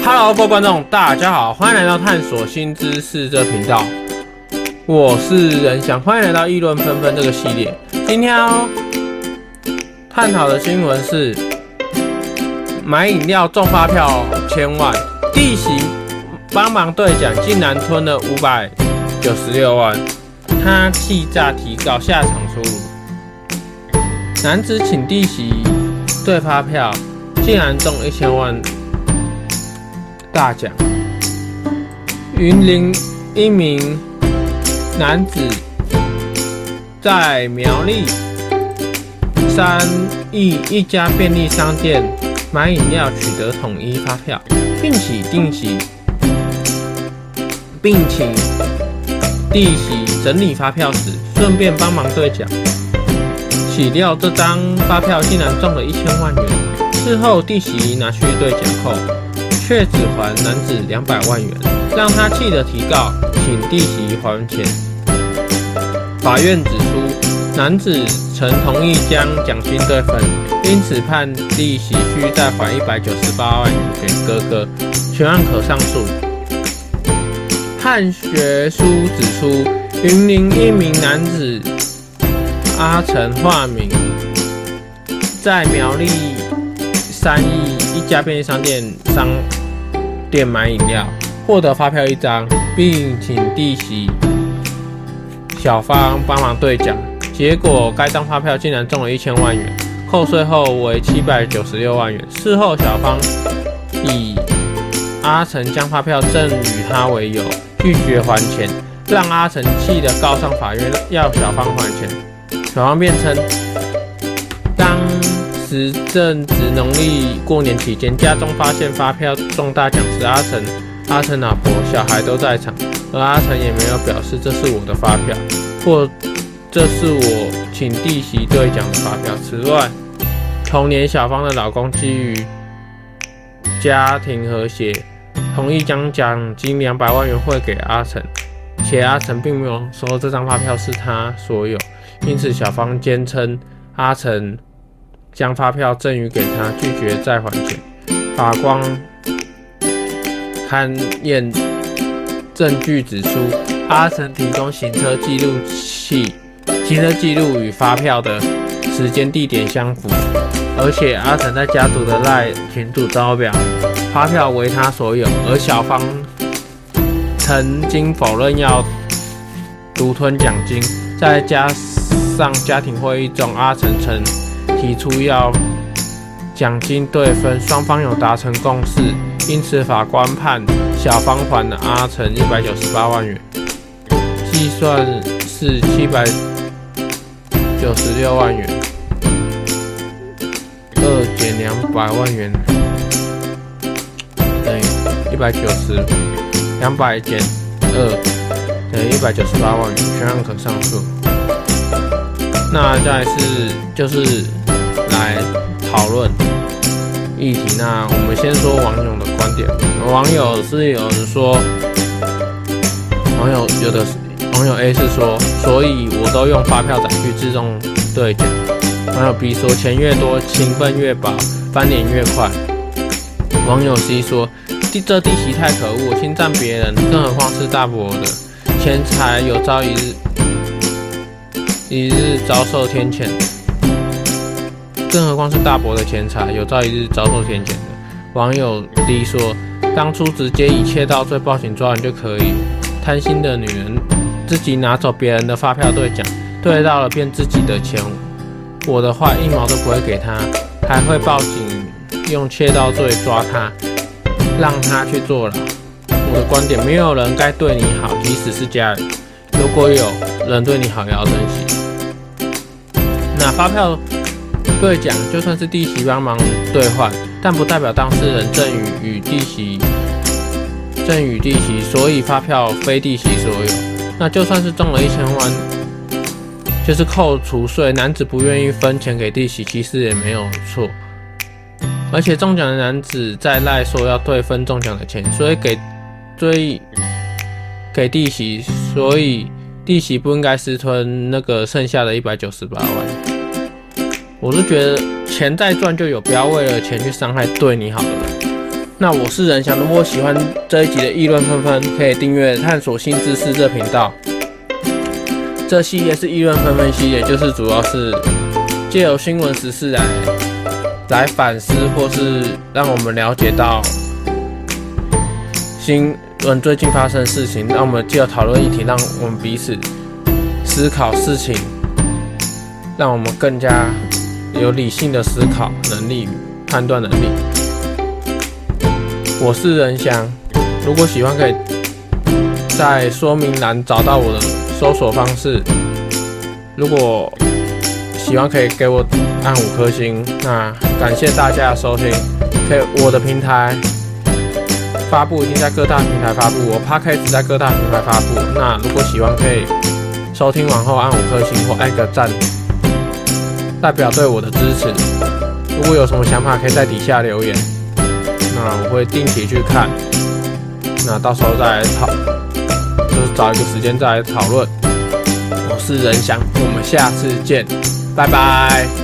Hello， 各位观众，大家好，欢迎来到探索新知识这频道。我是仁翔，欢迎来到议论纷纷这个系列。今天要探讨的新闻是买饮料中发票1000万，弟媳帮忙兑奖竟然吞了596万，他气炸提告，下场出炉。男子请弟媳兑发票，竟然中1000万大奖。云林一名男子在苗栗3义一家便利商店买饮料，取得统一发票，并请弟媳整理发票时，顺便帮忙兑奖。岂料这张发票竟然中了1000万元。事后弟媳拿去兑奖后，却只还男子200万元，让他气得提告，请弟媳还钱。法院指出，男子曾同意将奖金对分，因此判弟媳需再还198万元给哥哥，全案可上诉。判决书指出，云林一名男子阿成化名，在苗栗3义一家便利商店买饮料，获得发票1张，并请弟媳小芳帮忙兑奖。结果该张发票竟然中了1000万元，扣税后为796万元。事后小芳以阿成将发票赠与他为由，拒绝还钱，让阿成气得告上法院，要小芳还钱。小芳辩称，当时正值农历过年期间，家中发现发票中大奖时，阿成老婆、小孩都在场，而阿成也没有表示这是我的发票，或这是我请弟媳兑奖的发票。此外，同年小芳的老公基于家庭和谐，同意将奖金200万元汇给阿成，且阿成并没有说这张发票是他所有，因此小芳坚称阿成将发票赠予给他，拒绝再还钱。法官勘验证据指出，阿成提供行车记录器，行车记录与发票的时间地点相符，而且阿成在家族的LINE群组招表发票为他所有，而小芳曾经否认要独吞奖金。再加上家庭会议中，阿成曾提出要奖金对分，双方有达成共识，因此法官判小芳还了阿成198万元，计算是796万元，2减200万元等于190，200减2等于198万元，全案可上诉。那再来就是来讨论议题。那我们先说网友的观点。网友人说，网友 A 是说，所以我都用发票载具自动兑奖。网友 B 说，钱越多，勤奋越饱，翻脸越快。网友 C 说，这弟媳太可恶，侵占别人，更何况是大伯的钱财，有朝一日遭受天谴，更何况是大伯的钱财，有朝一日遭受天谴的。网友 D 说，当初直接以窃盗罪报警抓人就可以，贪心的女人自己拿走别人的发票兑奖，兑到了变自己的钱，我的话1毛都不会给他，还会报警用窃盗罪抓他，让他去坐牢。我的观点，没有人该对你好，即使是家人，如果有人对你好，也要珍惜。那发票兑奖就算是弟媳帮忙兑换，但不代表当事人赠与弟媳，所以发票非弟媳所有。那就算是中了1000万，就是扣除税，男子不愿意分钱给弟媳，其实也没有错。而且中奖的男子在LINE说要对分中奖的钱，所以给弟媳，所以弟媳不应该私吞那个剩下的198万。我是觉得钱再赚就有，不要为了钱去伤害对你好的人。 那我是仁翔，如果喜欢这一集的议论纷纷，可以订阅探索新知识这频道。这系列是议论纷纷系列，就是主要是借由新闻时事来反思，或是让我们了解到新闻最近发生的事情，让我们借由讨论议题，让我们彼此思考事情，让我们更加有理性的思考能力与判断能力。我是仁翔，如果喜欢可以在说明栏找到我的搜索方式。如果喜欢可以给我按5颗星。那感谢大家的收听。我的平台发布已经在各大平台发布，我 Podcast 在各大平台发布。那如果喜欢可以收听完后按5颗星或按个赞，代表对我的支持。如果有什么想法可以在底下留言。那我会定期去看，那到时候再来就是找一个时间再来讨论。我是仁翔，我们下次见，拜拜。